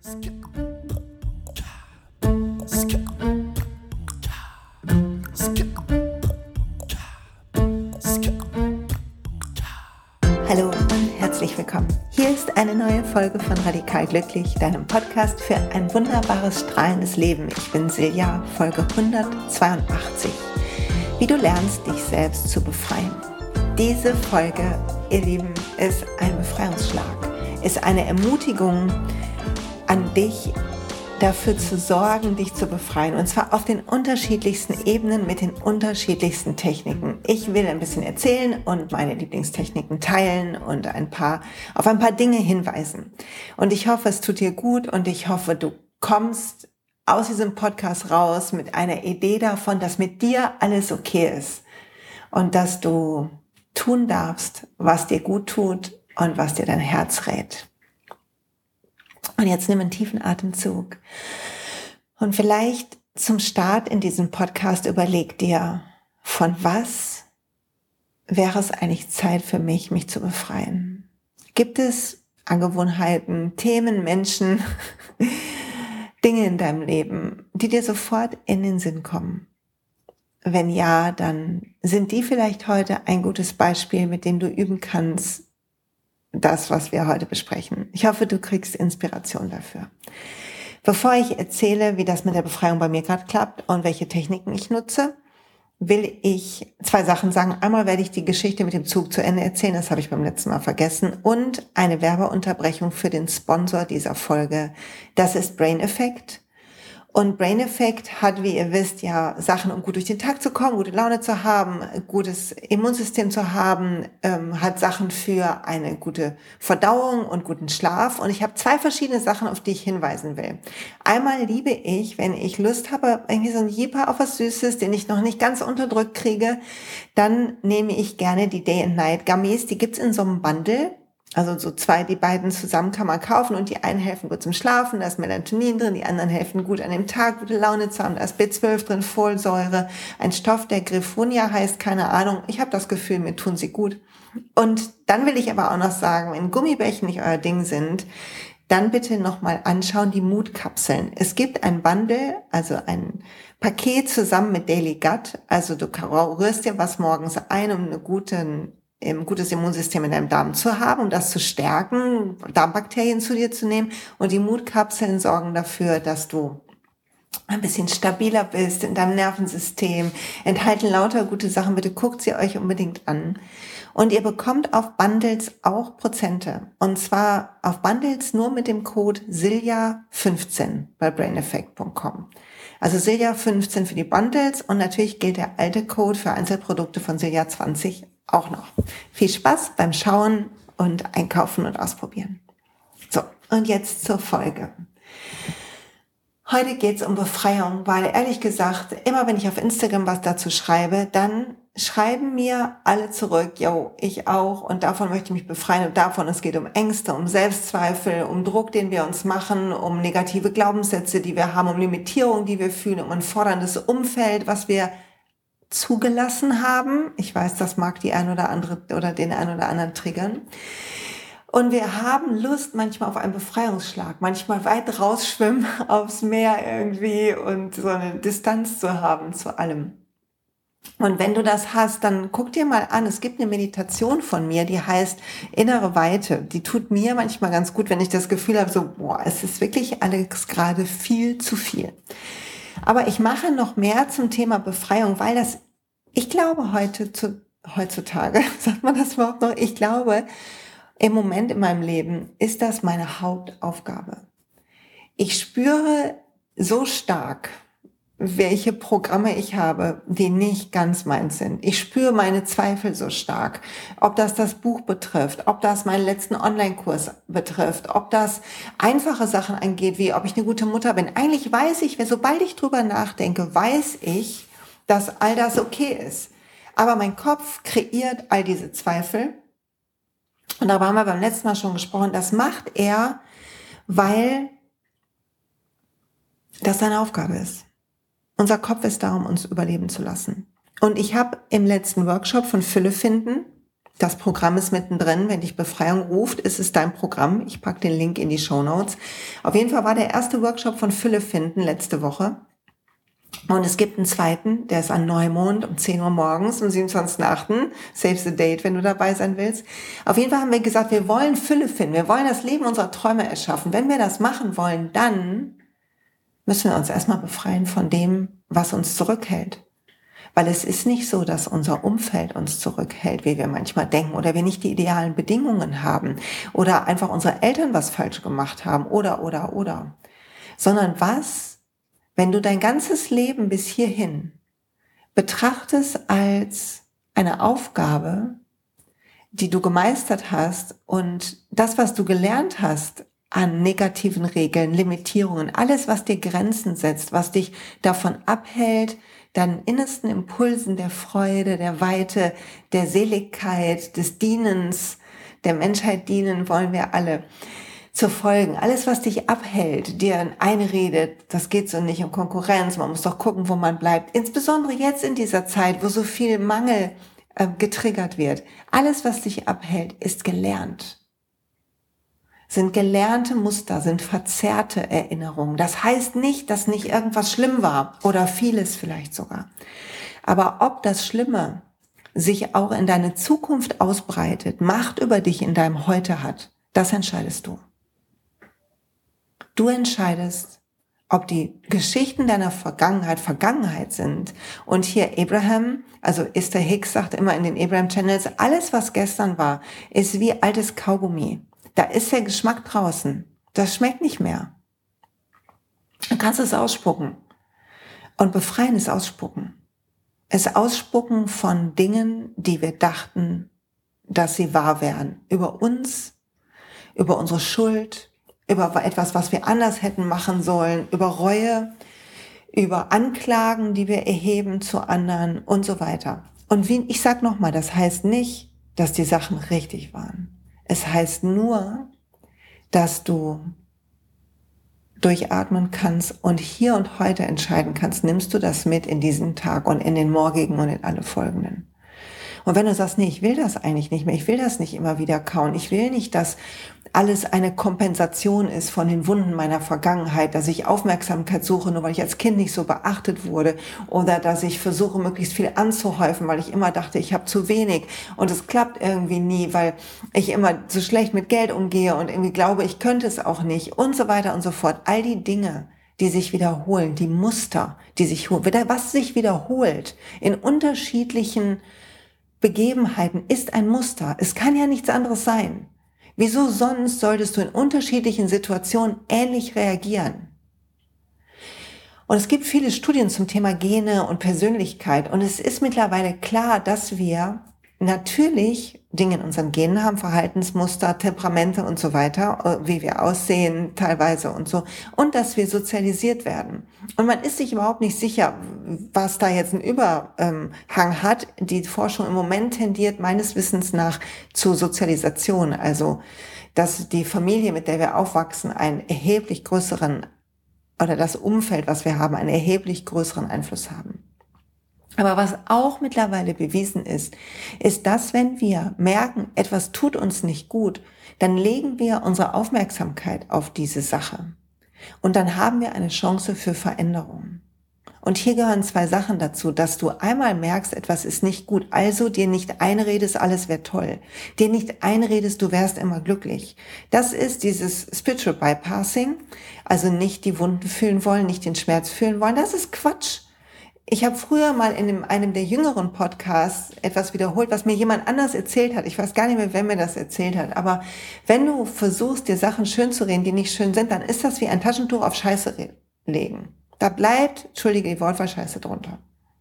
Hallo und herzlich willkommen. Hier ist eine neue Folge von Radikal Glücklich, deinem Podcast für ein wunderbares, strahlendes Leben. Ich bin Silja, Folge 182. Wie du lernst, dich selbst zu befreien. Diese Folge, ihr Lieben, ist ein Befreiungsschlag, ist eine Ermutigung an dich, dafür zu sorgen, dich zu befreien. Und zwar auf den unterschiedlichsten Ebenen mit den unterschiedlichsten Techniken. Ich will ein bisschen erzählen und meine Lieblingstechniken teilen und auf ein paar Dinge hinweisen. Und ich hoffe, es tut dir gut und ich hoffe, du kommst aus diesem Podcast raus mit einer Idee davon, dass mit dir alles okay ist und dass du tun darfst, was dir gut tut und was dir dein Herz rät. Und jetzt nimm einen tiefen Atemzug. Und vielleicht zum Start in diesem Podcast überleg dir, von was wäre es eigentlich Zeit für mich zu befreien? Gibt es Angewohnheiten, Themen, Menschen, Dinge in deinem Leben, die dir sofort in den Sinn kommen? Wenn ja, dann sind die vielleicht heute ein gutes Beispiel, mit dem du üben kannst, das, was wir heute besprechen. Ich hoffe, du kriegst Inspiration dafür. Bevor ich erzähle, wie das mit der Befreiung bei mir gerade klappt und welche Techniken ich nutze, will ich 2 Sachen sagen. Einmal werde ich die Geschichte mit dem Zug zu Ende erzählen, das habe ich beim letzten Mal vergessen, und eine Werbeunterbrechung für den Sponsor dieser Folge. Das ist Brain Effect. Und Brain Effect hat, wie ihr wisst, ja Sachen, um gut durch den Tag zu kommen, gute Laune zu haben, gutes Immunsystem zu haben, hat Sachen für eine gute Verdauung und guten Schlaf. Und ich habe 2 verschiedene Sachen, auf die ich hinweisen will. Einmal liebe ich, wenn ich Lust habe, irgendwie so ein Jipper auf was Süßes, den ich noch nicht ganz unterdrückt kriege, dann nehme ich gerne die Day and Night Gummies. Die gibt's in so einem Bundle. Also so 2, die beiden zusammen kann man kaufen und die einen helfen gut zum Schlafen, da ist Melatonin drin, die anderen helfen gut an dem Tag, gute Laune zu haben, da ist B12 drin, Folsäure, ein Stoff, der Griffonia heißt, keine Ahnung, ich habe das Gefühl, mir tun sie gut. Und dann will ich aber auch noch sagen, wenn Gummibärchen nicht euer Ding sind, dann bitte nochmal anschauen die Mutkapseln. Es gibt ein Bundle, also ein Paket zusammen mit Daily Gut, also du rührst dir was morgens ein, um ein gutes Immunsystem in deinem Darm zu haben, um das zu stärken, Darmbakterien zu dir zu nehmen. Und die Mutkapseln sorgen dafür, dass du ein bisschen stabiler bist in deinem Nervensystem, enthalten lauter gute Sachen. Bitte guckt sie euch unbedingt an. Und ihr bekommt auf Bundles auch Prozente. Und zwar auf Bundles nur mit dem Code SILJA15 bei braineffect.com. Also SILJA15 für die Bundles und natürlich gilt der alte Code für Einzelprodukte von SILJA20 auch noch. Viel Spaß beim Schauen und Einkaufen und Ausprobieren. So, und jetzt zur Folge. Heute geht's um Befreiung, weil ehrlich gesagt, immer wenn ich auf Instagram was dazu schreibe, dann schreiben mir alle zurück, yo, ich auch und davon möchte ich mich befreien und davon, es geht um Ängste, um Selbstzweifel, um Druck, den wir uns machen, um negative Glaubenssätze, die wir haben, um Limitierungen, die wir fühlen, um ein forderndes Umfeld, was wir zugelassen haben. Ich weiß, das mag die ein oder andere oder den ein oder anderen triggern. Und wir haben Lust manchmal auf einen Befreiungsschlag, manchmal weit rausschwimmen aufs Meer irgendwie und so eine Distanz zu haben zu allem. Und wenn du das hast, dann guck dir mal an, es gibt eine Meditation von mir, die heißt Innere Weite. Die tut mir manchmal ganz gut, wenn ich das Gefühl habe, so, boah, es ist wirklich alles gerade viel zu viel. Aber ich mache noch mehr zum Thema Befreiung, weil ich glaube heutzutage, sagt man das überhaupt noch? Ich glaube, im Moment in meinem Leben ist das meine Hauptaufgabe. Ich spüre so stark, welche Programme ich habe, die nicht ganz meins sind. Ich spüre meine Zweifel so stark. Ob das Buch betrifft, ob das meinen letzten Online-Kurs betrifft, ob das einfache Sachen angeht, wie ob ich eine gute Mutter bin. Eigentlich weiß ich, sobald ich drüber nachdenke, weiß ich, dass all das okay ist. Aber mein Kopf kreiert all diese Zweifel. Und darüber haben wir beim letzten Mal schon gesprochen. Das macht er, weil das seine Aufgabe ist. Unser Kopf ist da, um uns überleben zu lassen. Und ich habe im letzten Workshop von Fülle finden, Das Programm ist mittendrin. Wenn dich Befreiung ruft, ist es dein Programm. Ich packe den Link in die Shownotes. Auf jeden Fall war der erste Workshop von Fülle finden letzte Woche. Und es gibt einen zweiten, der ist an Neumond um 10 Uhr morgens, am 27.8. Save the date, wenn du dabei sein willst. Auf jeden Fall haben wir gesagt, wir wollen Fülle finden. Wir wollen das Leben unserer Träume erschaffen. Wenn wir das machen wollen, dann müssen wir uns erstmal befreien von dem, was uns zurückhält. Weil es ist nicht so, dass unser Umfeld uns zurückhält, wie wir manchmal denken, oder wir nicht die idealen Bedingungen haben oder einfach unsere Eltern was falsch gemacht haben oder. Sondern was, wenn du dein ganzes Leben bis hierhin betrachtest als eine Aufgabe, die du gemeistert hast und das, was du gelernt hast an negativen Regeln, Limitierungen, alles, was dir Grenzen setzt, was dich davon abhält, deinen innersten Impulsen der Freude, der Weite, der Seligkeit, des Dienens, der Menschheit dienen wollen wir alle, zu folgen. Alles, was dich abhält, dir einredet, das geht so nicht, um Konkurrenz, man muss doch gucken, wo man bleibt. Insbesondere jetzt in dieser Zeit, wo so viel Mangel getriggert wird. Alles, was dich abhält, ist gelernt. Sind gelernte Muster, sind verzerrte Erinnerungen. Das heißt nicht, dass nicht irgendwas schlimm war oder vieles vielleicht sogar. Aber ob das Schlimme sich auch in deine Zukunft ausbreitet, Macht über dich in deinem Heute hat, das entscheidest du. Du entscheidest, ob die Geschichten deiner Vergangenheit sind. Und hier Abraham, also Esther Hicks sagt immer in den Abraham Channels, alles was gestern war, ist wie altes Kaugummi. Da ist der Geschmack draußen. Das schmeckt nicht mehr. Du kannst es ausspucken. Und befreien ist ausspucken. Es ausspucken von Dingen, die wir dachten, dass sie wahr wären. Über uns, über unsere Schuld, über etwas, was wir anders hätten machen sollen, über Reue, über Anklagen, die wir erheben zu anderen und so weiter. Und wie ich sag nochmal, das heißt nicht, dass die Sachen richtig waren. Es heißt nur, dass du durchatmen kannst und hier und heute entscheiden kannst, nimmst du das mit in diesen Tag und in den morgigen und in alle folgenden. Und wenn du sagst, nee, ich will das eigentlich nicht mehr, ich will das nicht immer wieder kauen, ich will nicht, dass alles eine Kompensation ist von den Wunden meiner Vergangenheit, dass ich Aufmerksamkeit suche, nur weil ich als Kind nicht so beachtet wurde, oder dass ich versuche, möglichst viel anzuhäufen, weil ich immer dachte, ich habe zu wenig und es klappt irgendwie nie, weil ich immer so schlecht mit Geld umgehe und irgendwie glaube, ich könnte es auch nicht und so weiter und so fort. All die Dinge, die sich wiederholen, die Muster, die sich was sich wiederholt in unterschiedlichen Begebenheiten, ist ein Muster. Es kann ja nichts anderes sein. Wieso sonst solltest du in unterschiedlichen Situationen ähnlich reagieren? Und es gibt viele Studien zum Thema Gene und Persönlichkeit. Und es ist mittlerweile klar, dass wir natürlich Dinge in unseren Genen haben, Verhaltensmuster, Temperamente und so weiter, wie wir aussehen teilweise und so, und dass wir sozialisiert werden. Und man ist sich überhaupt nicht sicher, was da jetzt einen Überhang hat. Die Forschung im Moment tendiert meines Wissens nach zu Sozialisation, also dass die Familie, mit der wir aufwachsen, einen erheblich größeren, oder das Umfeld, was wir haben, einen erheblich größeren Einfluss haben. Aber was auch mittlerweile bewiesen ist, dass wenn wir merken, etwas tut uns nicht gut, dann legen wir unsere Aufmerksamkeit auf diese Sache. Und dann haben wir eine Chance für Veränderung. Und hier gehören 2 Sachen dazu, dass du einmal merkst, etwas ist nicht gut, also dir nicht einredest, alles wäre toll. Dir nicht einredest, du wärst immer glücklich. Das ist dieses Spiritual Bypassing, also nicht die Wunden fühlen wollen, nicht den Schmerz fühlen wollen. Das ist Quatsch. Ich habe früher mal in einem der jüngeren Podcasts etwas wiederholt, was mir jemand anders erzählt hat. Ich weiß gar nicht mehr, wer mir das erzählt hat. Aber wenn du versuchst, dir Sachen schön zu reden, die nicht schön sind, dann ist das wie ein Taschentuch auf Scheiße legen. Da bleibt, entschuldige die Wortwahl, Scheiße drunter.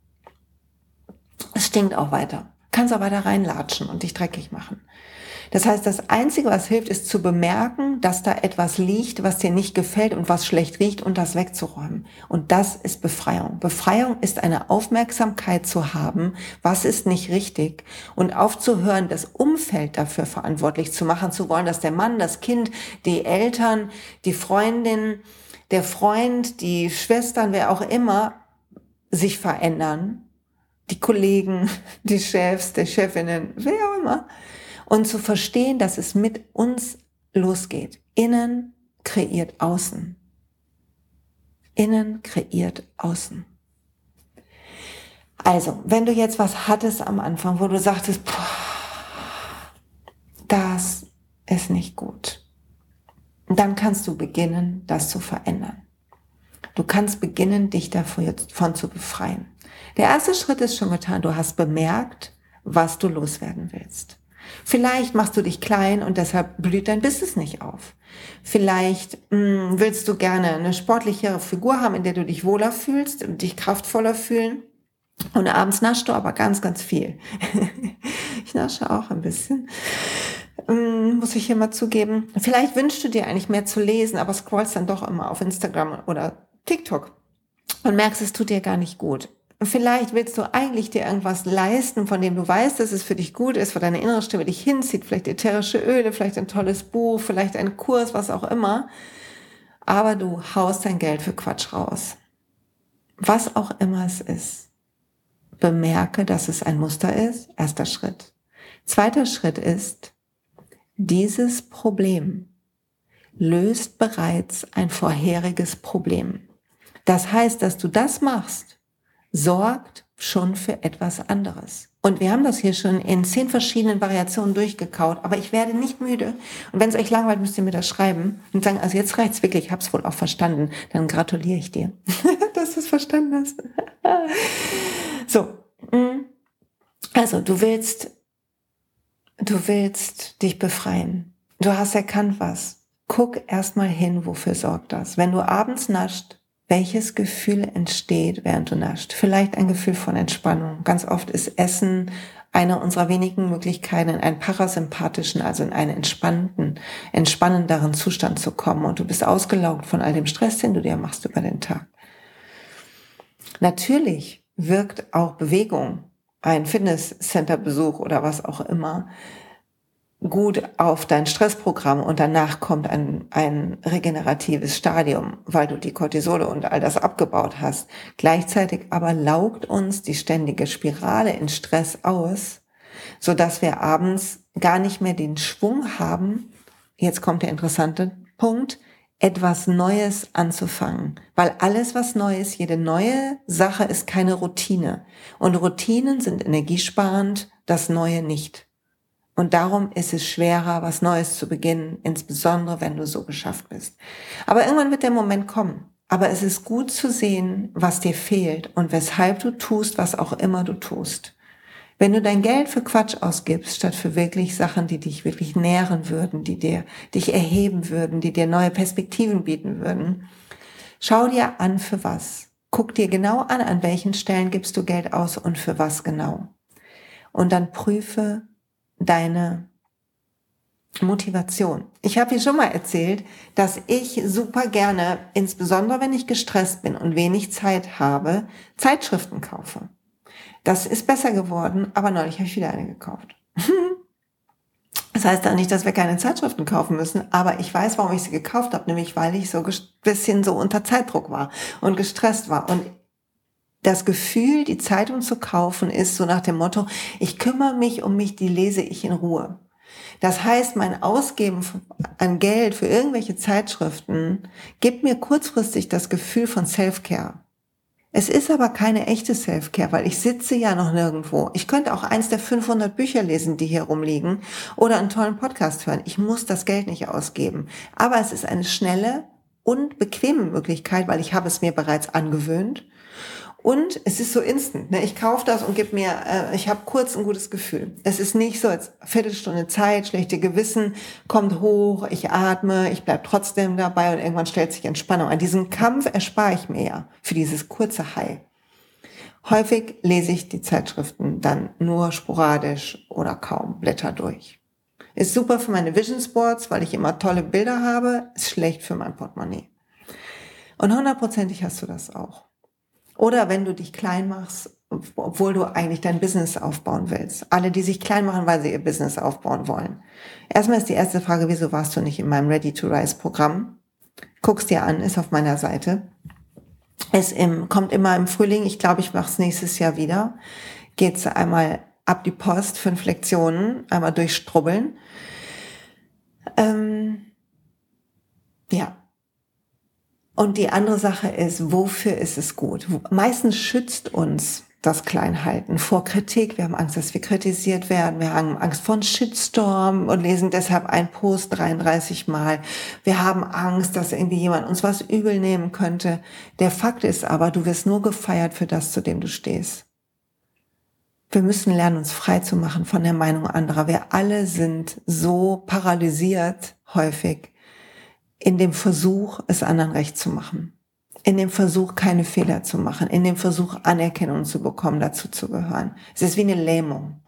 Es stinkt auch weiter. Kannst auch weiter reinlatschen und dich dreckig machen. Das heißt, das Einzige, was hilft, ist zu bemerken, dass da etwas liegt, was dir nicht gefällt und was schlecht riecht und das wegzuräumen. Und das ist Befreiung. Befreiung ist eine Aufmerksamkeit zu haben, was ist nicht richtig, und aufzuhören, das Umfeld dafür verantwortlich zu machen, zu wollen, dass der Mann, das Kind, die Eltern, die Freundin, der Freund, die Schwestern, wer auch immer, sich verändern. die Kollegen, die Chefs, die Chefinnen, wer auch immer. Und zu verstehen, dass es mit uns losgeht. Innen kreiert Außen. Innen kreiert Außen. Also, wenn du jetzt was hattest am Anfang, wo du sagtest, das ist nicht gut, dann kannst du beginnen, das zu verändern. Du kannst beginnen, dich davon zu befreien. Der erste Schritt ist schon getan. Du hast bemerkt, was du loswerden willst. Vielleicht machst du dich klein und deshalb blüht dein Business nicht auf. Vielleicht willst du gerne eine sportlichere Figur haben, in der du dich wohler fühlst und dich kraftvoller fühlen. Und abends naschst du aber ganz, ganz viel. Ich nasche auch ein bisschen. Muss ich hier mal zugeben. Vielleicht wünschst du dir eigentlich mehr zu lesen, aber scrollst dann doch immer auf Instagram oder TikTok und merkst, es tut dir gar nicht gut. Vielleicht willst du eigentlich dir irgendwas leisten, von dem du weißt, dass es für dich gut ist, wo deine innere Stimme dich hinzieht, vielleicht ätherische Öle, vielleicht ein tolles Buch, vielleicht ein Kurs, was auch immer. Aber du haust dein Geld für Quatsch raus. Was auch immer es ist. Bemerke, dass es ein Muster ist. Erster Schritt. Zweiter Schritt ist, dieses Problem löst bereits ein vorheriges Problem. Das heißt, dass du das machst, sorgt schon für etwas anderes. Und wir haben das hier schon in 10 verschiedenen Variationen durchgekaut, aber ich werde nicht müde. Und wenn es euch langweilt, müsst ihr mir das schreiben und sagen, also jetzt reicht's wirklich, ich hab's wohl auch verstanden. Dann gratuliere ich dir, dass du es verstanden hast. So, also du willst dich befreien. Du hast erkannt was. Guck erstmal hin, wofür sorgt das. Wenn du abends nascht, welches Gefühl entsteht, während du nascht? Vielleicht ein Gefühl von Entspannung. Ganz oft ist Essen eine unserer wenigen Möglichkeiten, in einen parasympathischen, also in einen entspannenderen Zustand zu kommen. Und du bist ausgelaugt von all dem Stress, den du dir machst über den Tag. Natürlich wirkt auch Bewegung, ein Fitnesscenter-Besuch oder was auch immer, gut auf dein Stressprogramm und danach kommt ein regeneratives Stadium, weil du die Cortisole und all das abgebaut hast. Gleichzeitig aber laugt uns die ständige Spirale in Stress aus, sodass wir abends gar nicht mehr den Schwung haben, jetzt kommt der interessante Punkt, etwas Neues anzufangen. Weil alles, was neu ist, jede neue Sache ist keine Routine. Und Routinen sind energiesparend, das Neue nicht. Und darum ist es schwerer, was Neues zu beginnen, insbesondere wenn du so geschafft bist. Aber irgendwann wird der Moment kommen. Aber es ist gut zu sehen, was dir fehlt und weshalb du tust, was auch immer du tust. Wenn du dein Geld für Quatsch ausgibst, statt für wirklich Sachen, die dich wirklich nähren würden, die dich erheben würden, die dir neue Perspektiven bieten würden, schau dir an, für was. Guck dir genau an welchen Stellen gibst du Geld aus und für was genau. Und dann prüfe deine Motivation. Ich habe hier schon mal erzählt, dass ich super gerne, insbesondere wenn ich gestresst bin und wenig Zeit habe, Zeitschriften kaufe. Das ist besser geworden, aber neulich habe ich wieder eine gekauft. Das heißt auch nicht, dass wir keine Zeitschriften kaufen müssen, aber ich weiß, warum ich sie gekauft habe, nämlich weil ich so ein bisschen so unter Zeitdruck war und gestresst war. Und das Gefühl, die Zeitung zu kaufen, ist so nach dem Motto, ich kümmere mich um mich, die lese ich in Ruhe. Das heißt, mein Ausgeben an Geld für irgendwelche Zeitschriften gibt mir kurzfristig das Gefühl von Self-Care. Es ist aber keine echte Self-Care, weil ich sitze ja noch nirgendwo. Ich könnte auch eins der 500 Bücher lesen, die hier rumliegen, oder einen tollen Podcast hören. Ich muss das Geld nicht ausgeben. Aber es ist eine schnelle und bequeme Möglichkeit, weil ich habe es mir bereits angewöhnt. Und es ist so instant, ne? Ich kaufe das und ich habe kurz ein gutes Gefühl. Es ist nicht so, als Viertelstunde Zeit, schlechte Gewissen, kommt hoch, ich atme, ich bleib trotzdem dabei und irgendwann stellt sich Entspannung ein. Diesen Kampf erspare ich mir ja für dieses kurze High. Häufig lese ich die Zeitschriften dann nur sporadisch oder kaum, blätter durch. Ist super für meine Vision Boards, weil ich immer tolle Bilder habe, ist schlecht für mein Portemonnaie. Und 100%ig hast du das auch. Oder wenn du dich klein machst, obwohl du eigentlich dein Business aufbauen willst. Alle, die sich klein machen, weil sie ihr Business aufbauen wollen. Erstmal ist die erste Frage, wieso warst du nicht in meinem Ready to Rise Programm? Guck's dir an, ist auf meiner Seite. kommt immer im Frühling, ich glaube, ich mache es nächstes Jahr wieder, geht's einmal ab die Post, 5 Lektionen, einmal durchstrubbeln. Ja. Und die andere Sache ist, wofür ist es gut? Meistens schützt uns das Kleinhalten vor Kritik. Wir haben Angst, dass wir kritisiert werden. Wir haben Angst vor einem Shitstorm und lesen deshalb einen Post 33 Mal. Wir haben Angst, dass irgendwie jemand uns was übel nehmen könnte. Der Fakt ist aber, du wirst nur gefeiert für das, zu dem du stehst. Wir müssen lernen, uns frei zu machen von der Meinung anderer. Wir alle sind so paralysiert, häufig, in dem Versuch, es anderen recht zu machen. In dem Versuch, keine Fehler zu machen. In dem Versuch, Anerkennung zu bekommen, dazu zu gehören. Es ist wie eine Lähmung.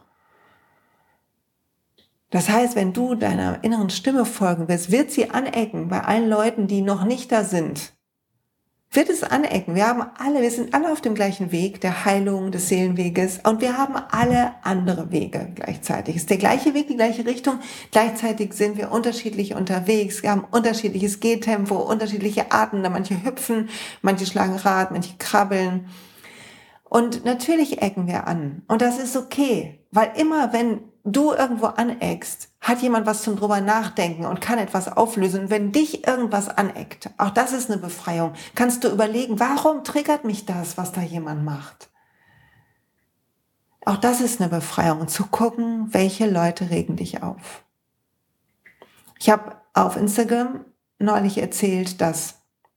Das heißt, wenn du deiner inneren Stimme folgen willst, wird sie anecken bei allen Leuten, die noch nicht da sind. Wird es anecken. Wir sind alle auf dem gleichen Weg der Heilung, des Seelenweges und wir haben alle andere Wege gleichzeitig. Es ist der gleiche Weg, die gleiche Richtung. Gleichzeitig sind wir unterschiedlich unterwegs. Wir haben unterschiedliches Gehtempo, unterschiedliche Arten. Manche hüpfen, manche schlagen Rad, manche krabbeln. Und natürlich ecken wir an. Und das ist okay, weil immer wenn du irgendwo aneckst, hat jemand was zum drüber nachdenken und kann etwas auflösen. Und wenn dich irgendwas aneckt, auch das ist eine Befreiung, kannst du überlegen, warum triggert mich das, was da jemand macht? Auch das ist eine Befreiung, zu gucken, welche Leute regen dich auf. Ich habe auf Instagram neulich erzählt, dass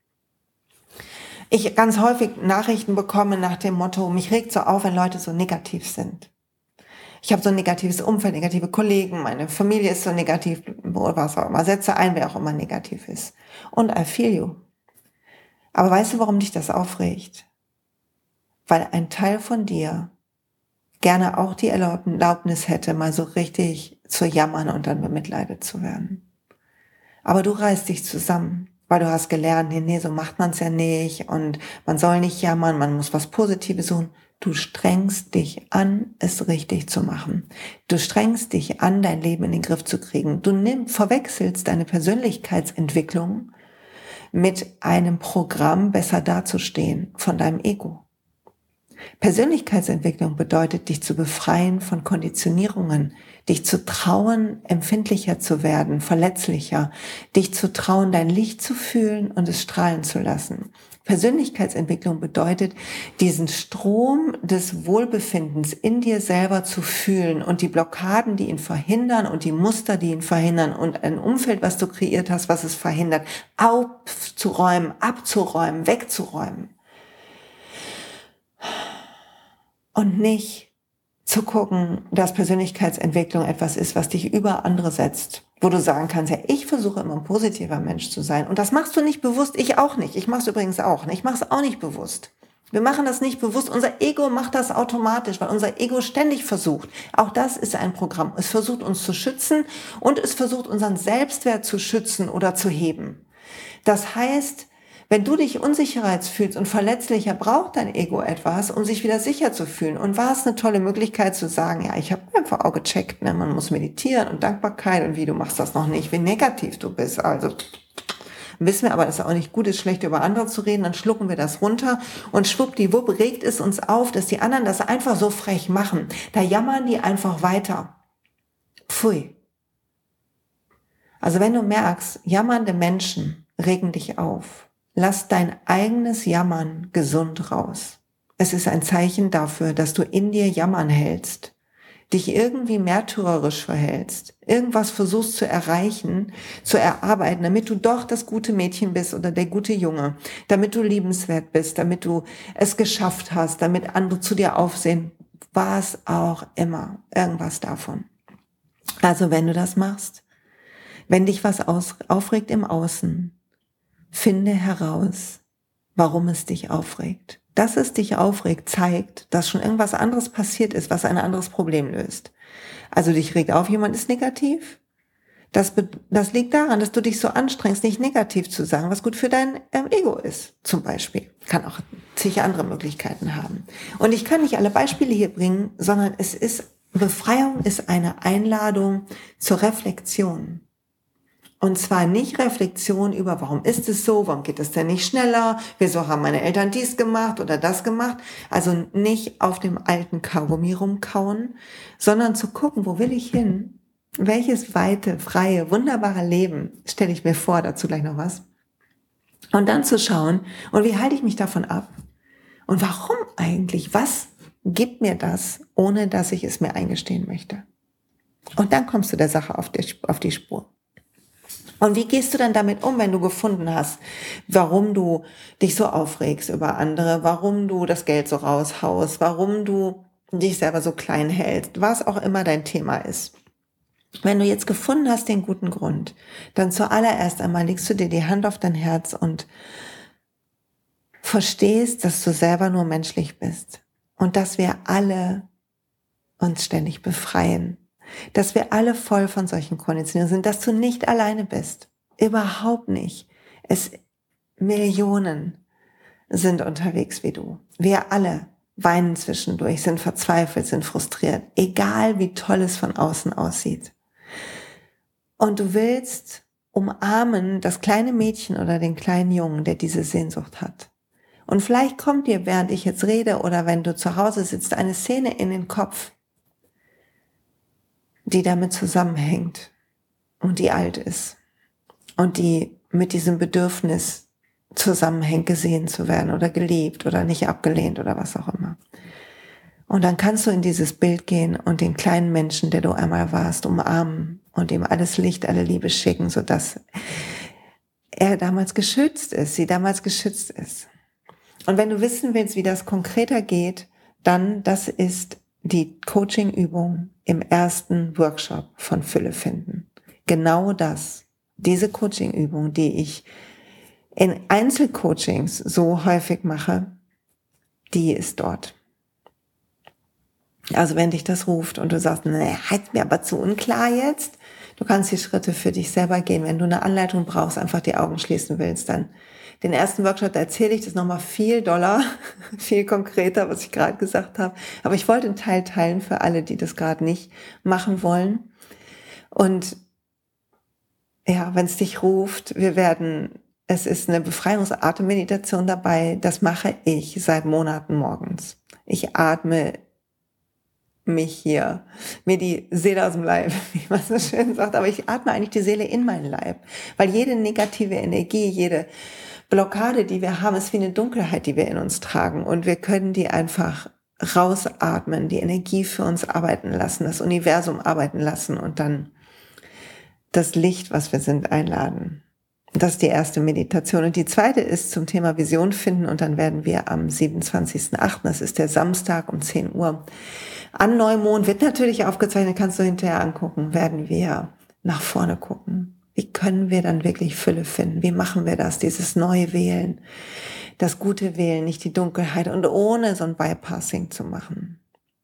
ich ganz häufig Nachrichten bekomme nach dem Motto, mich regt so auf, wenn Leute so negativ sind. Ich habe so ein negatives Umfeld, negative Kollegen, meine Familie ist so negativ, was auch immer, setze ein, wer auch immer negativ ist. Und I feel you. Aber weißt du, warum dich das aufregt? Weil ein Teil von dir gerne auch die Erlaubnis hätte, mal so richtig zu jammern und dann bemitleidet zu werden. Aber du reißt dich zusammen, weil du hast gelernt, nee, so macht man es ja nicht und man soll nicht jammern, man muss was Positives suchen. Du strengst dich an, es richtig zu machen. Du strengst dich an, dein Leben in den Griff zu kriegen. Du verwechselst deine Persönlichkeitsentwicklung mit einem Programm, besser dazustehen von deinem Ego. Persönlichkeitsentwicklung bedeutet, dich zu befreien von Konditionierungen, dich zu trauen, empfindlicher zu werden, verletzlicher, dich zu trauen, dein Licht zu fühlen und es strahlen zu lassen. Persönlichkeitsentwicklung bedeutet, diesen Strom des Wohlbefindens in dir selber zu fühlen und die Blockaden, die ihn verhindern und die Muster, die ihn verhindern und ein Umfeld, was du kreiert hast, was es verhindert, aufzuräumen, abzuräumen, wegzuräumen. Und nicht zu gucken, dass Persönlichkeitsentwicklung etwas ist, was dich über andere setzt. Wo du sagen kannst, ja, ich versuche immer ein positiver Mensch zu sein. Und das machst du nicht bewusst, ich auch nicht. Ich mache es übrigens auch nicht. Ich mache es auch nicht bewusst. Wir machen das nicht bewusst. Unser Ego macht das automatisch, weil unser Ego ständig versucht. Auch das ist ein Programm. Es versucht uns zu schützen und es versucht unseren Selbstwert zu schützen oder zu heben. Das heißt, wenn du dich unsicherer fühlst und verletzlicher, braucht dein Ego etwas, um sich wieder sicher zu fühlen. Und war es eine tolle Möglichkeit zu sagen, ja, ich habe einfach auch gecheckt, ne? Man muss meditieren und Dankbarkeit und wie, du machst das noch nicht, wie negativ du bist. Also wissen wir aber, dass es auch nicht gut ist, schlecht über andere zu reden, dann schlucken wir das runter und schwuppdiwupp regt es uns auf, dass die anderen das einfach so frech machen. Da jammern die einfach weiter. Pfui. Also wenn du merkst, jammernde Menschen regen dich auf, lass dein eigenes Jammern gesund raus. Es ist ein Zeichen dafür, dass du in dir Jammern hältst, dich irgendwie märtyrerisch verhältst, irgendwas versuchst zu erreichen, zu erarbeiten, damit du doch das gute Mädchen bist oder der gute Junge, damit du liebenswert bist, damit du es geschafft hast, damit andere zu dir aufsehen, was auch immer, irgendwas davon. Also wenn du das machst, wenn dich was aufregt im Außen, finde heraus, warum es dich aufregt. Dass es dich aufregt, zeigt, dass schon irgendwas anderes passiert ist, was ein anderes Problem löst. Also dich regt auf, jemand ist negativ. Das liegt daran, dass du dich so anstrengst, nicht negativ zu sagen, was gut für dein Ego ist, zum Beispiel. Kann auch zig andere Möglichkeiten haben. Und ich kann nicht alle Beispiele hier bringen, sondern Befreiung ist eine Einladung zur Reflexion. Und zwar nicht Reflexion über, warum ist es so, warum geht es denn nicht schneller, wieso haben meine Eltern dies gemacht oder das gemacht. Also nicht auf dem alten Kaugummi rumkauen, sondern zu gucken, wo will ich hin? Welches weite, freie, wunderbare Leben stelle ich mir vor, dazu gleich noch was. Und dann zu schauen, und wie halte ich mich davon ab? Und warum eigentlich? Was gibt mir das, ohne dass ich es mir eingestehen möchte? Und dann kommst du der Sache auf die Spur. Und wie gehst du dann damit um, wenn du gefunden hast, warum du dich so aufregst über andere, warum du das Geld so raushaust, warum du dich selber so klein hältst, was auch immer dein Thema ist. Wenn du jetzt gefunden hast den guten Grund, dann zuallererst einmal legst du dir die Hand auf dein Herz und verstehst, dass du selber nur menschlich bist und dass wir alle uns ständig befreien. Dass wir alle voll von solchen Konditionierungen sind, dass du nicht alleine bist. Überhaupt nicht. Millionen sind unterwegs wie du. Wir alle weinen zwischendurch, sind verzweifelt, sind frustriert. Egal wie toll es von außen aussieht. Und du willst umarmen das kleine Mädchen oder den kleinen Jungen, der diese Sehnsucht hat. Und vielleicht kommt dir, während ich jetzt rede oder wenn du zu Hause sitzt, eine Szene in den Kopf, die damit zusammenhängt und die alt ist und die mit diesem Bedürfnis zusammenhängt, gesehen zu werden oder geliebt oder nicht abgelehnt oder was auch immer. Und dann kannst du in dieses Bild gehen und den kleinen Menschen, der du einmal warst, umarmen und ihm alles Licht, alle Liebe schicken, sodass er damals geschützt ist, sie damals geschützt ist. Und wenn du wissen willst, wie das konkreter geht, dann das ist die Coaching-Übung im ersten Workshop von Fülle finden. Genau das, diese Coaching-Übung, die ich in Einzelcoachings so häufig mache, die ist dort. Also wenn dich das ruft und du sagst, nee, halt mir aber zu unklar jetzt, du kannst die Schritte für dich selber gehen. Wenn du eine Anleitung brauchst, einfach die Augen schließen willst, dann den ersten Workshop, da erzähle ich das nochmal viel doller, viel konkreter, was ich gerade gesagt habe. Aber ich wollte einen Teil teilen für alle, die das gerade nicht machen wollen. Und ja, wenn es dich ruft, es ist eine Befreiungsatemmeditation dabei, das mache ich seit Monaten morgens. Ich atme mir die Seele aus dem Leib, wie man so schön sagt, aber ich atme eigentlich die Seele in meinen Leib, weil jede negative Energie, jede Blockade, die wir haben, ist wie eine Dunkelheit, die wir in uns tragen und wir können die einfach rausatmen, die Energie für uns arbeiten lassen, das Universum arbeiten lassen und dann das Licht, was wir sind, einladen. Das ist die erste Meditation. Und die zweite ist zum Thema Vision finden und dann werden wir am 27.08., das ist der Samstag um 10 Uhr, an Neumond, wird natürlich aufgezeichnet, kannst du hinterher angucken, werden wir nach vorne gucken. Wie können wir dann wirklich Fülle finden? Wie machen wir das? Dieses neue Wählen, das gute Wählen, nicht die Dunkelheit und ohne so ein Bypassing zu machen.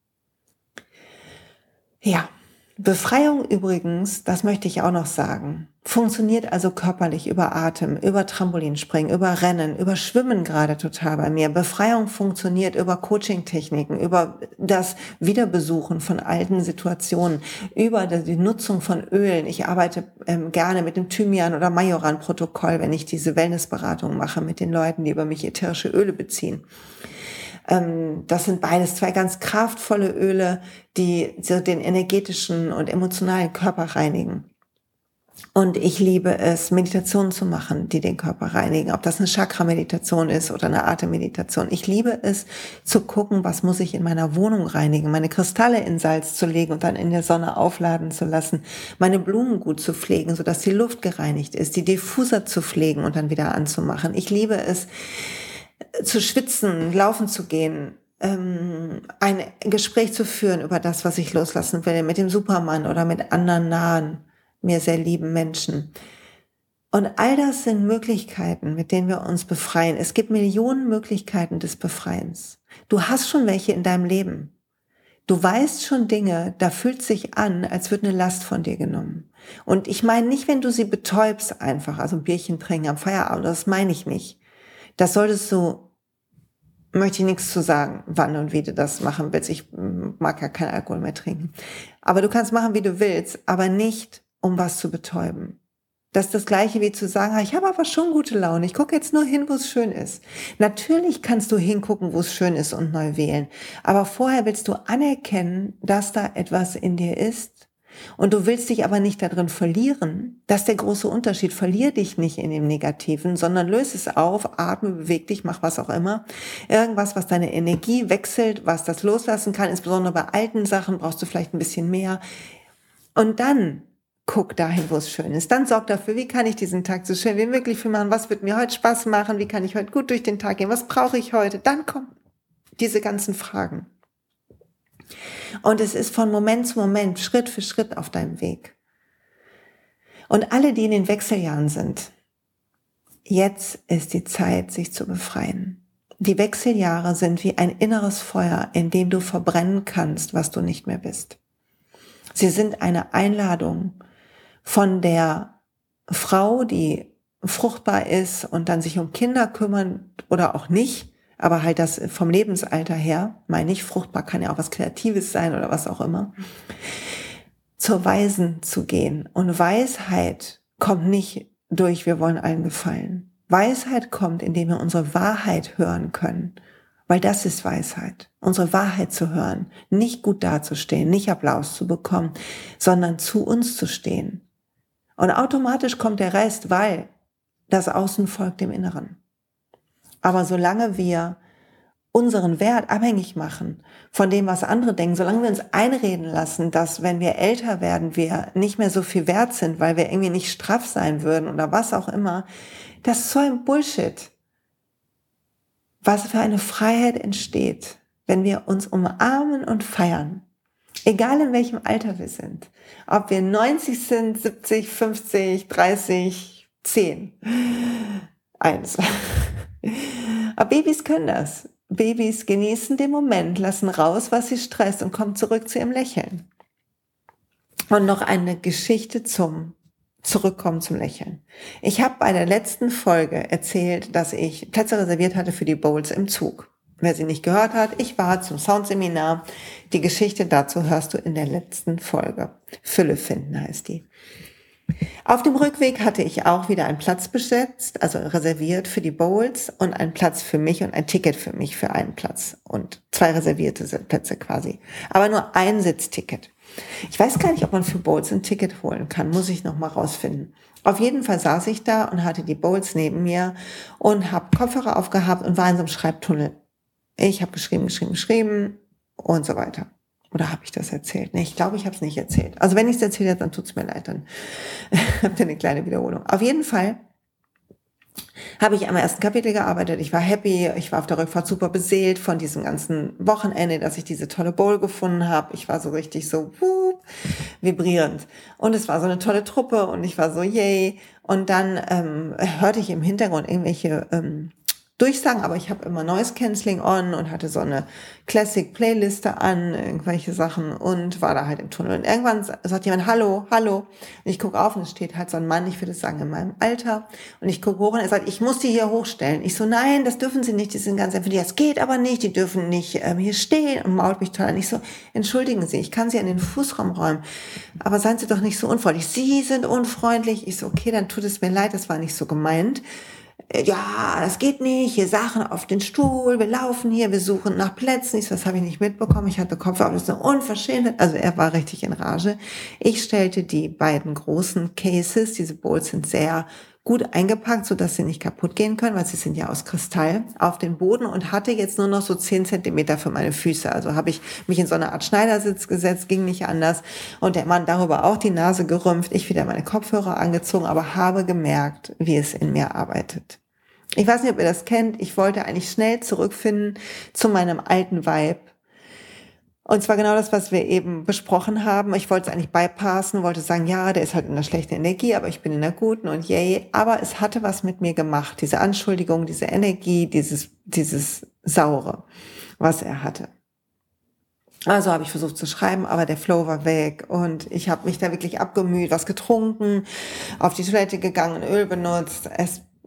Ja, Befreiung übrigens, das möchte ich auch noch sagen, funktioniert also körperlich über Atem, über Trampolinspringen, über Rennen, über Schwimmen gerade total bei mir. Befreiung funktioniert über Coaching-Techniken, über das Wiederbesuchen von alten Situationen, über die Nutzung von Ölen. Ich arbeite gerne mit dem Thymian- oder Majoran-Protokoll, wenn ich diese Wellnessberatung mache mit den Leuten, die über mich ätherische Öle beziehen. Das sind beides zwei ganz kraftvolle Öle, die so den energetischen und emotionalen Körper reinigen. Und ich liebe es, Meditationen zu machen, die den Körper reinigen. Ob das eine Chakra-Meditation ist oder eine Atemmeditation. Ich liebe es, zu gucken, was muss ich in meiner Wohnung reinigen. Meine Kristalle in Salz zu legen und dann in der Sonne aufladen zu lassen. Meine Blumen gut zu pflegen, sodass die Luft gereinigt ist. Die Diffuser zu pflegen und dann wieder anzumachen. Ich liebe es, zu schwitzen, laufen zu gehen, ein Gespräch zu führen über das, was ich loslassen will, mit dem Supermann oder mit anderen nahen, mir sehr lieben Menschen. Und all das sind Möglichkeiten, mit denen wir uns befreien. Es gibt Millionen Möglichkeiten des Befreiens. Du hast schon welche in deinem Leben. Du weißt schon Dinge, da fühlt sich an, als würde eine Last von dir genommen. Und ich meine nicht, wenn du sie betäubst einfach, also ein Bierchen trinken am Feierabend, das meine ich nicht. Das solltest du, möchte ich nichts zu sagen, wann und wie du das machen willst. Ich mag ja keinen Alkohol mehr trinken. Aber du kannst machen, wie du willst, aber nicht, um was zu betäuben. Das ist das Gleiche wie zu sagen, ich habe aber schon gute Laune, ich gucke jetzt nur hin, wo es schön ist. Natürlich kannst du hingucken, wo es schön ist und neu wählen. Aber vorher willst du anerkennen, dass da etwas in dir ist. Und du willst dich aber nicht darin verlieren. Das ist der große Unterschied. Verlier dich nicht in dem Negativen, sondern löse es auf, atme, beweg dich, mach was auch immer. Irgendwas, was deine Energie wechselt, was das loslassen kann. Insbesondere bei alten Sachen brauchst du vielleicht ein bisschen mehr. Und dann guck dahin, wo es schön ist. Dann sorg dafür, wie kann ich diesen Tag so schön wie möglich für machen? Was wird mir heute Spaß machen? Wie kann ich heute gut durch den Tag gehen? Was brauche ich heute? Dann kommen diese ganzen Fragen. Und es ist von Moment zu Moment, Schritt für Schritt auf deinem Weg. Und alle, die in den Wechseljahren sind, jetzt ist die Zeit, sich zu befreien. Die Wechseljahre sind wie ein inneres Feuer, in dem du verbrennen kannst, was du nicht mehr bist. Sie sind eine Einladung von der Frau, die fruchtbar ist und dann sich um Kinder kümmern oder auch nicht, aber halt das vom Lebensalter her, meine ich, fruchtbar kann ja auch was Kreatives sein oder was auch immer, zur Weisen zu gehen. Und Weisheit kommt nicht durch, wir wollen allen gefallen. Weisheit kommt, indem wir unsere Wahrheit hören können. Weil das ist Weisheit, unsere Wahrheit zu hören, nicht gut dazustehen, nicht Applaus zu bekommen, sondern zu uns zu stehen. Und automatisch kommt der Rest, weil das Außen folgt dem Inneren. Aber solange wir unseren Wert abhängig machen von dem, was andere denken, solange wir uns einreden lassen, dass wenn wir älter werden, wir nicht mehr so viel wert sind, weil wir irgendwie nicht straff sein würden oder was auch immer, das ist so ein Bullshit. Was für eine Freiheit entsteht, wenn wir uns umarmen und feiern. Egal in welchem Alter wir sind. Ob wir 90 sind, 70, 50, 30, 10. 1. Aber Babys können das. Babys genießen den Moment, lassen raus, was sie stresst und kommen zurück zu ihrem Lächeln. Und noch eine Geschichte zum Zurückkommen zum Lächeln. Ich habe bei der letzten Folge erzählt, dass ich Plätze reserviert hatte für die Bowls im Zug. Wer sie nicht gehört hat, ich war zum Soundseminar. Die Geschichte dazu hörst du in der letzten Folge. Fülle finden heißt die. Auf dem Rückweg hatte ich auch wieder einen Platz besetzt, also reserviert für die Bowls und einen Platz für mich und ein Ticket für mich für einen Platz und 2 reservierte Plätze quasi. Aber nur ein Sitzticket. Ich weiß gar nicht, ob man für Bowls ein Ticket holen kann, muss ich noch mal rausfinden. Auf jeden Fall saß ich da und hatte die Bowls neben mir und habe Kopfhörer aufgehabt und war in so einem Schreibtunnel. Ich habe geschrieben und so weiter. Oder habe ich das erzählt? Nee, ich glaube, ich habe es nicht erzählt. Also wenn ich es erzählt habe, dann tut's mir leid, dann habt ihr eine kleine Wiederholung. Auf jeden Fall habe ich am ersten Kapitel gearbeitet. Ich war happy. Ich war auf der Rückfahrt super beseelt von diesem ganzen Wochenende, dass ich diese tolle Bowl gefunden habe. Ich war so richtig so vibrierend. Und es war so eine tolle Truppe und ich war so yay. Und dann hörte ich im Hintergrund irgendwelche Durchsagen, aber ich habe immer Noise Cancelling on und hatte so eine Classic-Playliste an, irgendwelche Sachen und war da halt im Tunnel. Und irgendwann sagt jemand, hallo, hallo. Und ich gucke auf und es steht halt so ein Mann, ich würde sagen in meinem Alter. Und ich gucke hoch und er sagt, ich muss die hier hochstellen. Ich so, nein, das dürfen Sie nicht, die sind ganz empfindlich. Das geht aber nicht, die dürfen nicht hier stehen und mault mich toll an. Ich so, entschuldigen Sie, ich kann Sie an den Fußraum räumen, aber seien Sie doch nicht so unfreundlich. Sie sind unfreundlich. Ich so, okay, dann tut es mir leid, das war nicht so gemeint. Ja, das geht nicht, hier Sachen auf den Stuhl, wir laufen hier, wir suchen nach Plätzen. Ich so, das habe ich nicht mitbekommen, ich hatte Kopfhörer, das ist eine Unverschämtheit. Also er war richtig in Rage. Ich stellte die beiden großen Cases, diese Bowls sind sehr gut eingepackt, sodass sie nicht kaputt gehen können, weil sie sind ja aus Kristall, auf den Boden und hatte jetzt nur noch so 10 Zentimeter für meine Füße. Also habe ich mich in so eine Art Schneidersitz gesetzt, ging nicht anders. Und der Mann darüber auch die Nase gerümpft, ich wieder meine Kopfhörer angezogen, aber habe gemerkt, wie es in mir arbeitet. Ich weiß nicht, ob ihr das kennt. Ich wollte eigentlich schnell zurückfinden zu meinem alten Vibe. Und zwar genau das, was wir eben besprochen haben. Ich wollte es eigentlich bypassen, wollte sagen, ja, der ist halt in einer schlechten Energie, aber ich bin in einer guten und yay. Aber es hatte was mit mir gemacht, diese Anschuldigung, diese Energie, dieses Saure, was er hatte. Also habe ich versucht zu schreiben, aber der Flow war weg und ich habe mich da wirklich abgemüht, was getrunken, auf die Toilette gegangen, Öl benutzt.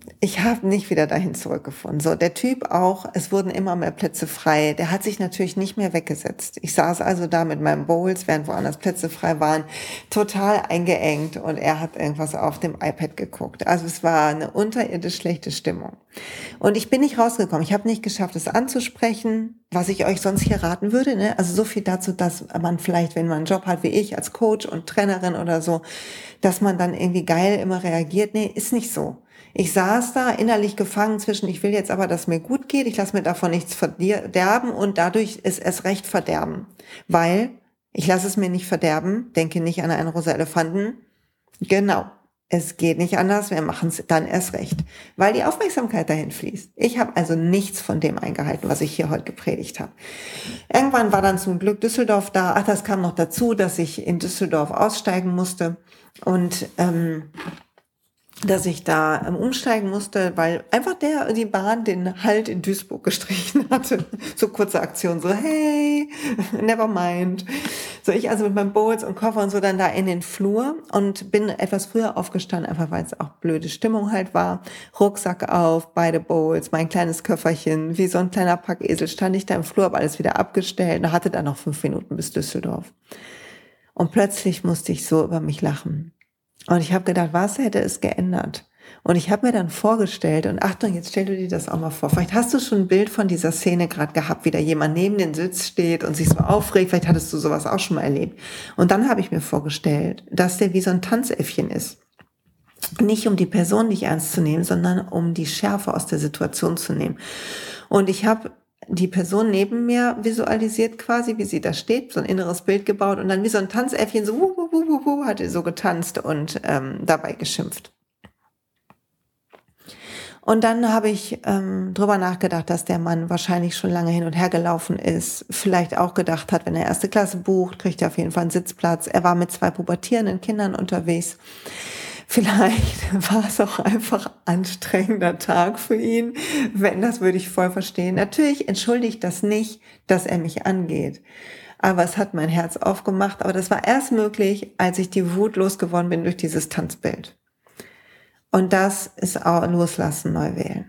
Ich habe nicht wieder dahin zurückgefunden. So, der Typ auch, es wurden immer mehr Plätze frei. Der hat sich natürlich nicht mehr weggesetzt. Ich saß also da mit meinen Bowls, während woanders Plätze frei waren, total eingeengt und er hat irgendwas auf dem iPad geguckt. Also es war eine unterirdisch schlechte Stimmung. Und ich bin nicht rausgekommen. Ich habe nicht geschafft, es anzusprechen, was ich euch sonst hier raten würde. Ne? Also so viel dazu, dass man vielleicht, wenn man einen Job hat wie ich als Coach und Trainerin oder so, dass man dann irgendwie geil immer reagiert. Nee, ist nicht so. Ich saß da innerlich gefangen zwischen, ich will jetzt aber, dass mir gut geht, ich lasse mir davon nichts verderben und dadurch ist es recht verderben. Weil ich lasse es mir nicht verderben, denke nicht an einen rosa Elefanten. Genau, es geht nicht anders, wir machen es dann erst recht, weil die Aufmerksamkeit dahin fließt. Ich habe also nichts von dem eingehalten, was ich hier heute gepredigt habe. Irgendwann war dann zum Glück Düsseldorf da. Ach, das kam noch dazu, dass ich in Düsseldorf aussteigen musste und dass ich da umsteigen musste, weil einfach die Bahn den Halt in Duisburg gestrichen hatte. So kurze Aktion, so hey, never mind. So ich also mit meinem Bowls und Koffer und so dann da in den Flur und bin etwas früher aufgestanden, einfach weil es auch blöde Stimmung halt war. Rucksack auf, beide Bowls, mein kleines Köfferchen, wie so ein kleiner Packesel stand ich da im Flur, habe alles wieder abgestellt und hatte dann noch 5 Minuten bis Düsseldorf. Und plötzlich musste ich so über mich lachen. Und ich habe gedacht, was hätte es geändert? Und ich habe mir dann vorgestellt, und Achtung, jetzt stell du dir das auch mal vor, vielleicht hast du schon ein Bild von dieser Szene gerade gehabt, wie da jemand neben den Sitz steht und sich so aufregt, vielleicht hattest du sowas auch schon mal erlebt. Und dann habe ich mir vorgestellt, dass der wie so ein Tanzäffchen ist. Nicht um die Person nicht ernst zu nehmen, sondern um die Schärfe aus der Situation zu nehmen. Und ich habe die Person neben mir visualisiert quasi, wie sie da steht, so ein inneres Bild gebaut und dann wie so ein Tanzäffchen so hat er so getanzt und dabei geschimpft. Und dann habe ich drüber nachgedacht, dass der Mann wahrscheinlich schon lange hin und her gelaufen ist, vielleicht auch gedacht hat, wenn er 1. Klasse bucht, kriegt er auf jeden Fall einen Sitzplatz. Er war mit 2 pubertierenden Kindern unterwegs. Vielleicht war es auch einfach ein anstrengender Tag für ihn. Wenn, das würde ich voll verstehen. Natürlich entschuldigt das nicht, dass er mich angeht. Aber es hat mein Herz aufgemacht. Aber das war erst möglich, als ich die Wut losgeworden bin durch dieses Tanzbild. Und das ist auch loslassen, neu wählen.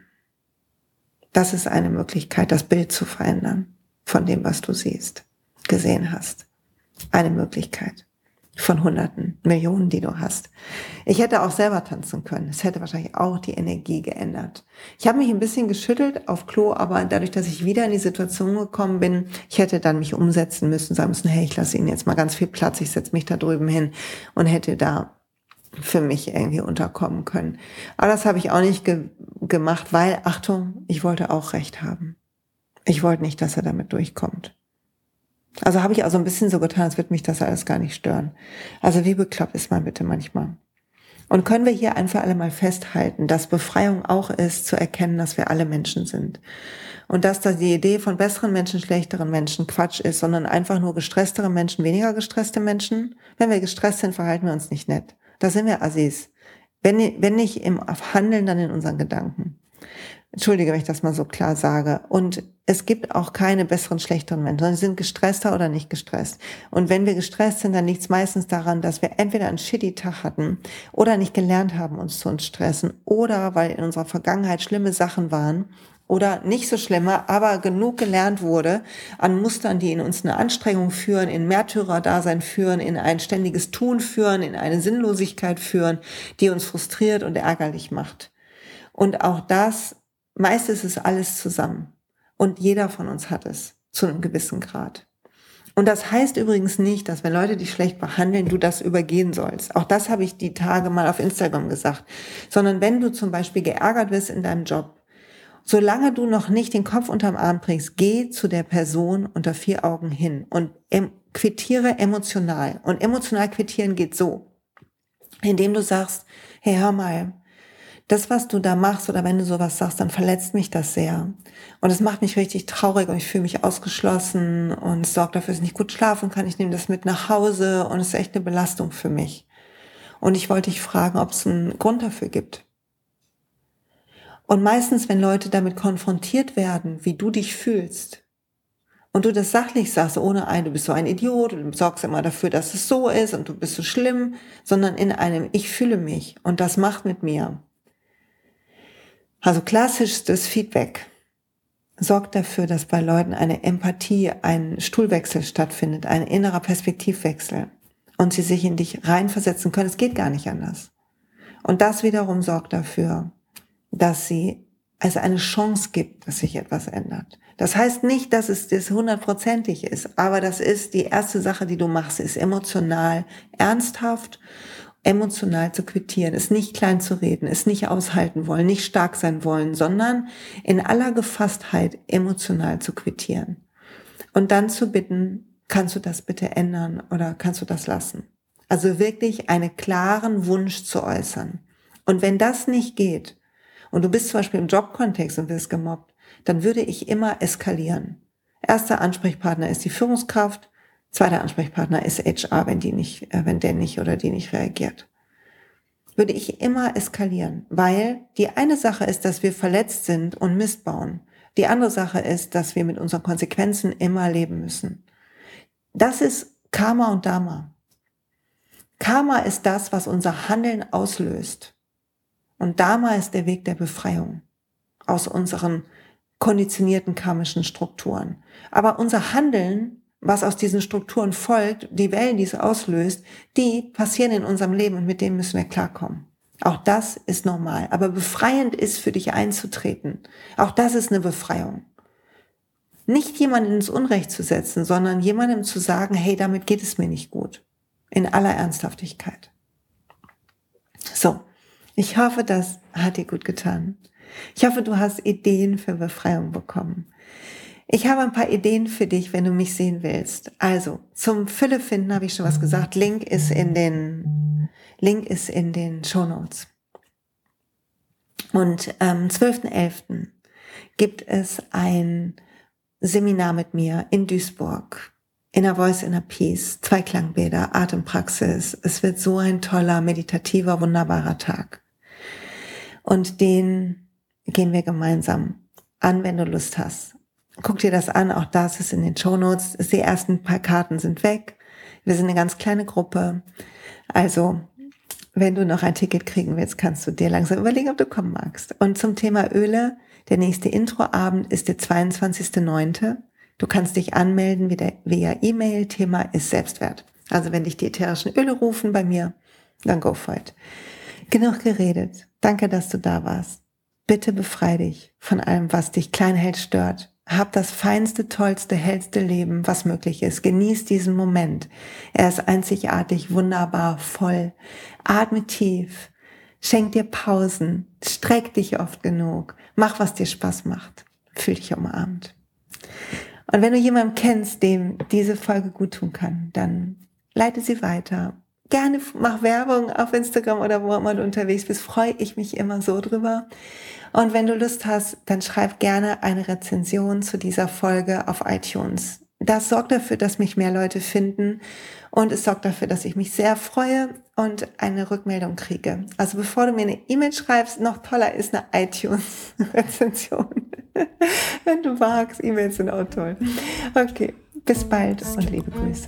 Das ist eine Möglichkeit, das Bild zu verändern von dem, was du siehst, gesehen hast. Eine Möglichkeit. Von Hunderten, Millionen, die du hast. Ich hätte auch selber tanzen können. Es hätte wahrscheinlich auch die Energie geändert. Ich habe mich ein bisschen geschüttelt auf Klo, aber dadurch, dass ich wieder in die Situation gekommen bin, ich hätte dann mich umsetzen müssen, sagen müssen, hey, ich lasse Ihnen jetzt mal ganz viel Platz, ich setze mich da drüben hin und hätte da für mich irgendwie unterkommen können. Aber das habe ich auch nicht gemacht, weil, Achtung, ich wollte auch Recht haben. Ich wollte nicht, dass er damit durchkommt. Also habe ich also ein bisschen so getan, als würde mich das alles gar nicht stören. Also wie bekloppt ist man bitte manchmal? Und können wir hier ein für alle Mal festhalten, dass Befreiung auch ist, zu erkennen, dass wir alle Menschen sind. Und dass da die Idee von besseren Menschen, schlechteren Menschen Quatsch ist, sondern einfach nur gestresstere Menschen, weniger gestresste Menschen. Wenn wir gestresst sind, verhalten wir uns nicht nett. Da sind wir Assis. Wenn nicht im Handeln, dann in unseren Gedanken. Entschuldige, wenn ich das mal so klar sage. Und es gibt auch keine besseren, schlechteren Menschen, sondern sie sind gestresster oder nicht gestresst. Und wenn wir gestresst sind, dann liegt es meistens daran, dass wir entweder einen shitty Tag hatten oder nicht gelernt haben, uns zu stressen oder weil in unserer Vergangenheit schlimme Sachen waren oder nicht so schlimme, aber genug gelernt wurde an Mustern, die in uns eine Anstrengung führen, in Märtyrerdasein führen, in ein ständiges Tun führen, in eine Sinnlosigkeit führen, die uns frustriert und ärgerlich macht. Und auch das, meist ist es alles zusammen. Und jeder von uns hat es zu einem gewissen Grad. Und das heißt übrigens nicht, dass wenn Leute dich schlecht behandeln, du das übergehen sollst. Auch das habe ich die Tage mal auf Instagram gesagt. Sondern wenn du zum Beispiel geärgert wirst in deinem Job, solange du noch nicht den Kopf unterm Arm bringst, geh zu der Person unter 4 Augen hin und quittiere emotional. Und emotional quittieren geht so, indem du sagst, hey, hör mal, das, was du da machst oder wenn du sowas sagst, dann verletzt mich das sehr. Und es macht mich richtig traurig und ich fühle mich ausgeschlossen und es sorgt dafür, dass ich nicht gut schlafen kann. Ich nehme das mit nach Hause und es ist echt eine Belastung für mich. Und ich wollte dich fragen, ob es einen Grund dafür gibt. Und meistens, wenn Leute damit konfrontiert werden, wie du dich fühlst, und du das sachlich sagst, ohne du bist so ein Idiot und du sorgst immer dafür, dass es so ist und du bist so schlimm, sondern in einem, ich fühle mich und das macht mit mir, Also klassischstes Feedback sorgt dafür, dass bei Leuten eine Empathie, ein Stuhlwechsel stattfindet, ein innerer Perspektivwechsel und sie sich in dich reinversetzen können. Es geht gar nicht anders. Und das wiederum sorgt dafür, dass es eine Chance gibt, dass sich etwas ändert. Das heißt nicht, dass es das 100%ig ist, aber das ist die erste Sache, die du machst, ist emotional ernsthaft, emotional zu quittieren, es nicht klein zu reden, es nicht aushalten wollen, nicht stark sein wollen, sondern in aller Gefasstheit emotional zu quittieren. Und dann zu bitten, kannst du das bitte ändern oder kannst du das lassen? Also wirklich einen klaren Wunsch zu äußern. Und wenn das nicht geht, und du bist zum Beispiel im Jobkontext und wirst gemobbt, dann würde ich immer eskalieren. Erster Ansprechpartner ist die Führungskraft, zweiter Ansprechpartner ist HR, wenn der nicht oder die nicht reagiert. Würde ich immer eskalieren, weil die eine Sache ist, dass wir verletzt sind und Mist bauen. Die andere Sache ist, dass wir mit unseren Konsequenzen immer leben müssen. Das ist Karma und Dharma. Karma ist das, was unser Handeln auslöst. Und Dharma ist der Weg der Befreiung aus unseren konditionierten karmischen Strukturen. Aber unser Handeln, was aus diesen Strukturen folgt, die Wellen, die es auslöst, die passieren in unserem Leben und mit denen müssen wir klarkommen. Auch das ist normal. Aber befreiend ist, für dich einzutreten. Auch das ist eine Befreiung. Nicht jemanden ins Unrecht zu setzen, sondern jemandem zu sagen, hey, damit geht es mir nicht gut. In aller Ernsthaftigkeit. So, ich hoffe, das hat dir gut getan. Ich hoffe, du hast Ideen für Befreiung bekommen. Ich habe ein paar Ideen für dich, wenn du mich sehen willst. Also, zum Fülle finden habe ich schon was gesagt. Link ist in den Shownotes. Und am 12.11. gibt es ein Seminar mit mir in Duisburg. Inner Voice, Inner Peace, 2 Klangbäder, Atempraxis. Es wird so ein toller, meditativer, wunderbarer Tag. Und den gehen wir gemeinsam an, wenn du Lust hast. Guck dir das an, auch das ist in den Shownotes. Die ersten paar Karten sind weg. Wir sind eine ganz kleine Gruppe. Also, wenn du noch ein Ticket kriegen willst, kannst du dir langsam überlegen, ob du kommen magst. Und zum Thema Öle, der nächste Introabend ist der 22.09. Du kannst dich anmelden via E-Mail. Thema ist Selbstwert. Also wenn dich die ätherischen Öle rufen bei mir, dann go for it. Genug geredet. Danke, dass du da warst. Bitte befrei dich von allem, was dich klein hält, stört. Hab das feinste, tollste, hellste Leben, was möglich ist. Genieß diesen Moment. Er ist einzigartig, wunderbar, voll. Atme tief. Schenk dir Pausen. Streck dich oft genug. Mach, was dir Spaß macht. Fühl dich umarmt. Und wenn du jemanden kennst, dem diese Folge gut tun kann, dann leite sie weiter. Gerne mach Werbung auf Instagram oder wo immer du unterwegs bist. Freue ich mich immer so drüber. Und wenn du Lust hast, dann schreib gerne eine Rezension zu dieser Folge auf iTunes. Das sorgt dafür, dass mich mehr Leute finden und es sorgt dafür, dass ich mich sehr freue und eine Rückmeldung kriege. Also bevor du mir eine E-Mail schreibst, noch toller ist eine iTunes-Rezension. Wenn du magst, E-Mails sind auch toll. Okay, bis bald und liebe Grüße.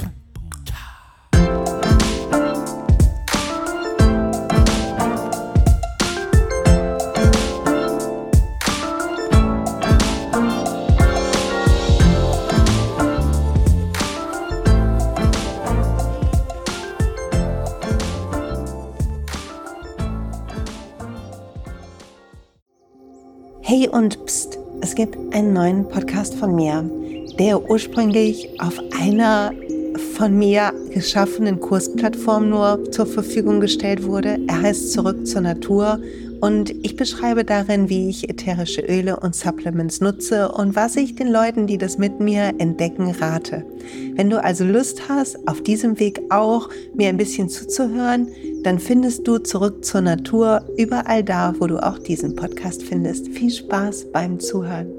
Hey und pst, es gibt einen neuen Podcast von mir, der ursprünglich auf einer von mir geschaffenen Kursplattform nur zur Verfügung gestellt wurde. Er heißt Zurück zur Natur und ich beschreibe darin, wie ich ätherische Öle und Supplements nutze und was ich den Leuten, die das mit mir entdecken, rate. Wenn du also Lust hast, auf diesem Weg auch mir ein bisschen zuzuhören, dann findest du Zurück zur Natur überall da, wo du auch diesen Podcast findest. Viel Spaß beim Zuhören.